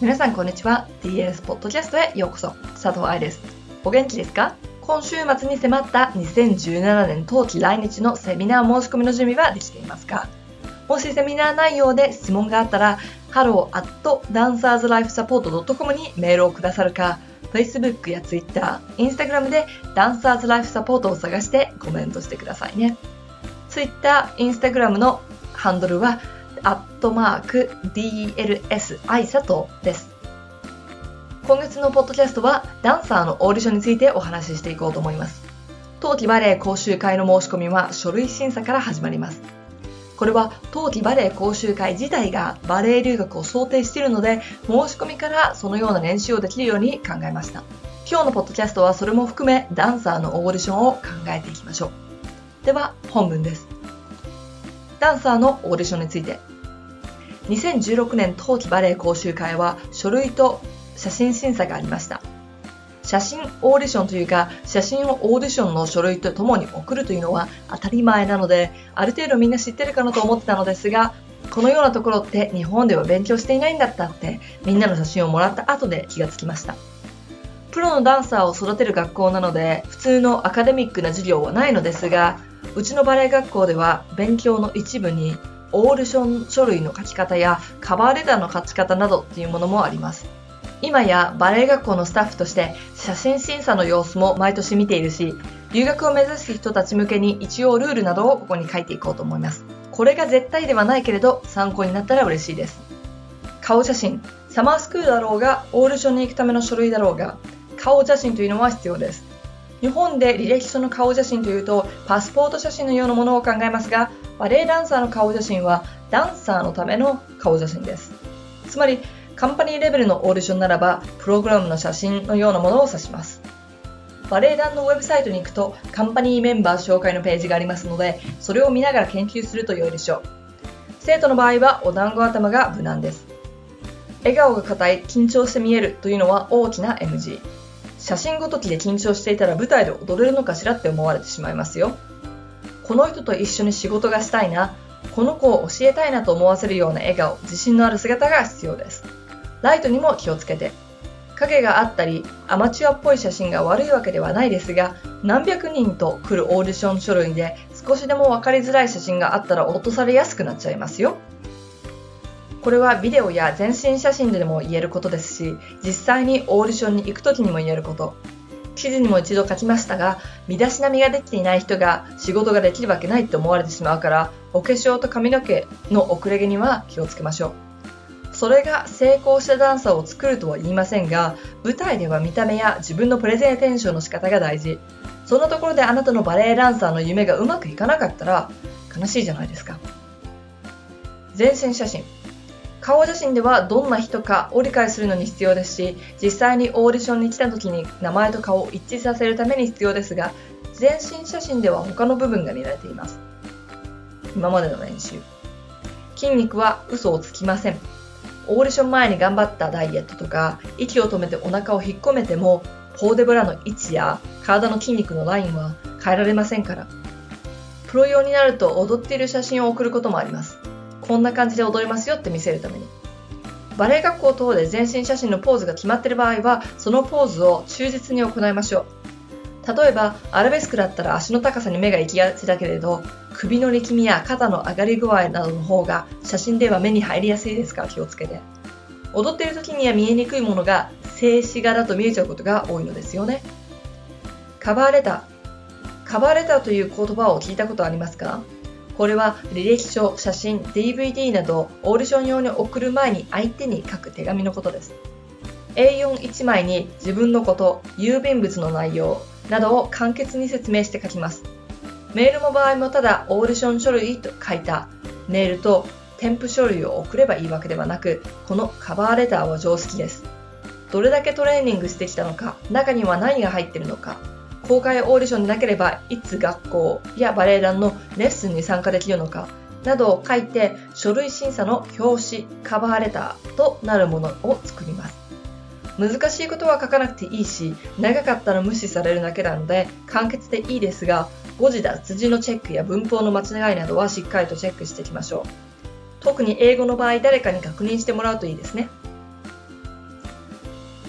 皆さんこんにちは。 DLS ポッドキャストへようこそ。佐藤愛です。お元気ですか？今週末に迫った2017年冬季来日のセミナー申し込みの準備はできていますか？もしセミナー内容で質問があったら hello@dancerslifesupport.com にメールをくださるか、 Facebook や Twitter、Instagram で Dancers Life Support を探してコメントしてくださいね。Twitter、Instagram のハンドルは@DLS 愛佐藤です。今月のポッドキャストはダンサーのオーディションについてお話ししていこうと思います。冬季バレエ講習会の申し込みは書類審査から始まります。これは冬季バレエ講習会自体がバレエ留学を想定しているので、申し込みからそのような練習をできるように考えました。今日のポッドキャストはそれも含めダンサーのオーディションを考えていきましょう。では本文です。ダンサーのオーディションについて。2016年冬季バレエ講習会は書類と写真審査がありました。写真オーディションというか、写真をオーディションの書類とともに送るというのは当たり前なので、ある程度みんな知ってるかなと思ってたのですが、このようなところって日本では勉強していないんだったってみんなの写真をもらった後で気がつきました。プロのダンサーを育てる学校なので普通のアカデミックな授業はないのですが、うちのバレエ学校では勉強の一部にオーディション書類の書き方やカバーレターの書き方などっていうものもあります。今やバレエ学校のスタッフとして写真審査の様子も毎年見ているし、留学を目指す人たち向けに一応ルールなどをここに書いていこうと思います。これが絶対ではないけれど参考になったら嬉しいです。顔写真、サマースクールだろうがオーディションに行くための書類だろうが、顔写真というのは必要です。日本で履歴書の顔写真というとパスポート写真のようなものを考えますが、バレエダンサーの顔写真はダンサーのための顔写真です。つまりカンパニーレベルのオーディションならばプログラムの写真のようなものを指します。バレエ団のウェブサイトに行くとカンパニーメンバー紹介のページがありますので、それを見ながら研究すると良いでしょう。生徒の場合はお団子頭が無難です。笑顔が硬い、緊張して見えるというのは大きな NG。 写真ごときで緊張していたら舞台で踊れるのかしらって思われてしまいますよ。この人と一緒に仕事がしたいな、この子を教えたいなと思わせるような笑顔、自信のある姿が必要です。ライトにも気をつけて。影があったりアマチュアっぽい写真が悪いわけではないですが、何百人と来るオーディション書類で少しでも分かりづらい写真があったら落とされやすくなっちゃいますよ。これはビデオや全身写真でも言えることですし、実際にオーディションに行くときにも言えること。記事にも一度書きましたが、身だしなみができていない人が仕事ができるわけないって思われてしまうから、お化粧と髪の毛の遅れ毛には気をつけましょう。それが成功したダンサーを作るとは言いませんが、舞台では見た目や自分のプレゼンテーションの仕方が大事。そんなところであなたのバレエダンサーの夢がうまくいかなかったら悲しいじゃないですか。全身写真。顔写真ではどんな人かを理解するのに必要ですし、実際にオーディションに来た時に名前と顔を一致させるために必要ですが、全身写真では他の部分が見られています。今までの練習。筋肉は嘘をつきません。オーディション前に頑張ったダイエットとか、息を止めてお腹を引っ込めてもポーデブラの位置や体の筋肉のラインは変えられませんから。プロ用になると踊っている写真を送ることもあります。こんな感じで踊りますよって見せるために。バレエ学校等で全身写真のポーズが決まっている場合は、そのポーズを忠実に行いましょう。例えばアラベスクだったら足の高さに目が行きがちだけれど、首の力みや肩の上がり具合などの方が写真では目に入りやすいですから気をつけて。踊っている時には見えにくいものが静止画だと見えちゃうことが多いのですよね。カバーレター。カバーレターという言葉を聞いたことありますか？これは履歴書、写真、DVD などオーディション用に送る前に相手に書く手紙のことです。A41 枚に自分のこと、郵便物の内容などを簡潔に説明して書きます。メールの場合もただオーディション書類と書いたメールと添付書類を送ればいいわけではなく、このカバーレターは常識です。どれだけトレーニングしてきたのか、中には何が入っているのか、公開オーディションでなければいつ学校やバレエ団のレッスンに参加できるのかなどを書いて、書類審査の表紙、カバーレターとなるものを作ります。難しいことは書かなくていいし、長かったら無視されるだけなので簡潔でいいですが、誤字脱字のチェックや文法の間違いなどはしっかりとチェックしていきましょう。特に英語の場合、誰かに確認してもらうといいですね。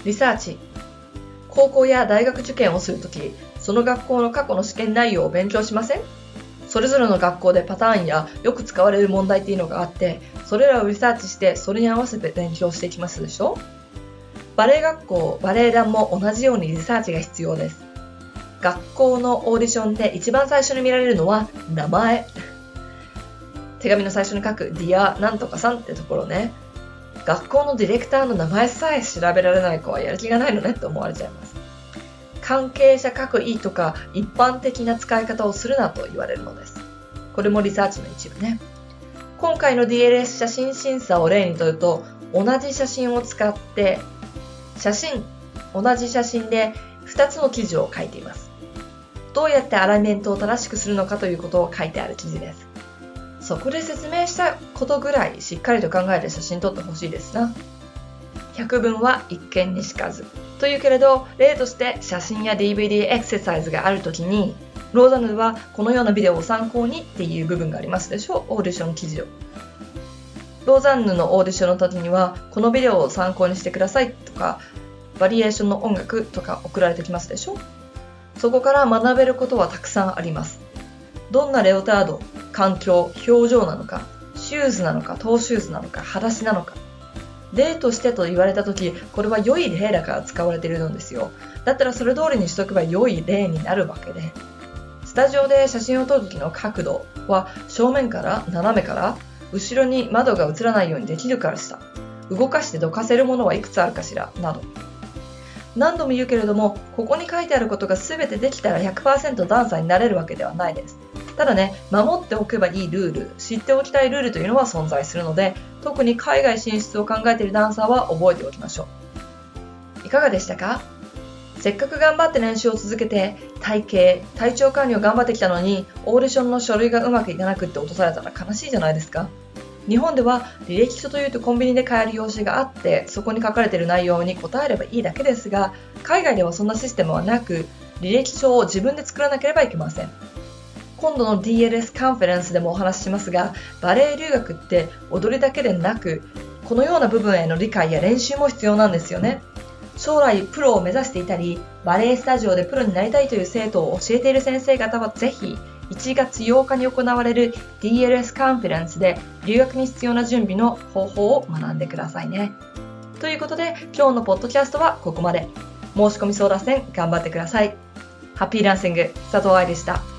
リサーチ。高校や大学受験をするとき、その学校の過去の試験内容を勉強しません？それぞれの学校でパターンやよく使われる問題っていうのがあって、それらをリサーチしてそれに合わせて勉強していきますでしょ？バレエ学校、バレエ団も同じようにリサーチが必要です。学校のオーディションで一番最初に見られるのは名前。手紙の最初に書く Dear なんとかさんってところね。学校のディレクターの名前さえ調べられない子はやる気がないのねって思われちゃいます。関係者各位とか一般的な使い方をするなと言われるのです。これもリサーチの一部ね。今回の DLS 写真審査を例にとると、同じ写真を使って同じ写真で2つの記事を書いています。どうやってアライメントを正しくするのかということを書いてある記事です。そこで説明したことぐらいしっかりと考えて写真撮ってほしいですな。百聞は一見にしかずというけれど、例として写真や DVD エクササイズがあるときに、ローザンヌはこのようなビデオを参考にっていう部分がありますでしょう。オーディション記事を。ローザンヌのオーディションの時には、このビデオを参考にしてくださいとか、バリエーションの音楽とか送られてきますでしょ。そこから学べることはたくさんあります。どんなレオタード、環境、表情なのか、シューズなのか、トーシューズなのか、裸足なのか。例としてと言われたとき、これは良い例だから使われているのですよ。だったらそれ通りにしとけば良い例になるわけで。スタジオで写真を撮るときの角度は正面から斜めから後ろに窓が映らないようにできるからした。動かしてどかせるものはいくつあるかしらなど。何度も言うけれども、ここに書いてあることが全てできたら 100% ダンサーになれるわけではないです。ただね、守っておけばいいルール、知っておきたいルールというのは存在するので、特に海外進出を考えているダンサーは覚えておきましょう。いかがでしたか？せっかく頑張って練習を続けて、体調管理を頑張ってきたのに、オーディションの書類がうまくいかなくって落とされたら悲しいじゃないですか。日本では履歴書というとコンビニで買える用紙があって、そこに書かれている内容に答えればいいだけですが、海外ではそんなシステムはなく、履歴書を自分で作らなければいけません。今度の DLS カンファレンスでもお話ししますが、バレエ留学って踊りだけでなく、このような部分への理解や練習も必要なんですよね。将来プロを目指していたり、バレエスタジオでプロになりたいという生徒を教えている先生方はぜひ、1月8日に行われる DLS カンファレンスで留学に必要な準備の方法を学んでくださいね。ということで、今日のポッドキャストはここまで。申し込み争奪戦頑張ってください。ハッピーランシング、佐藤愛でした。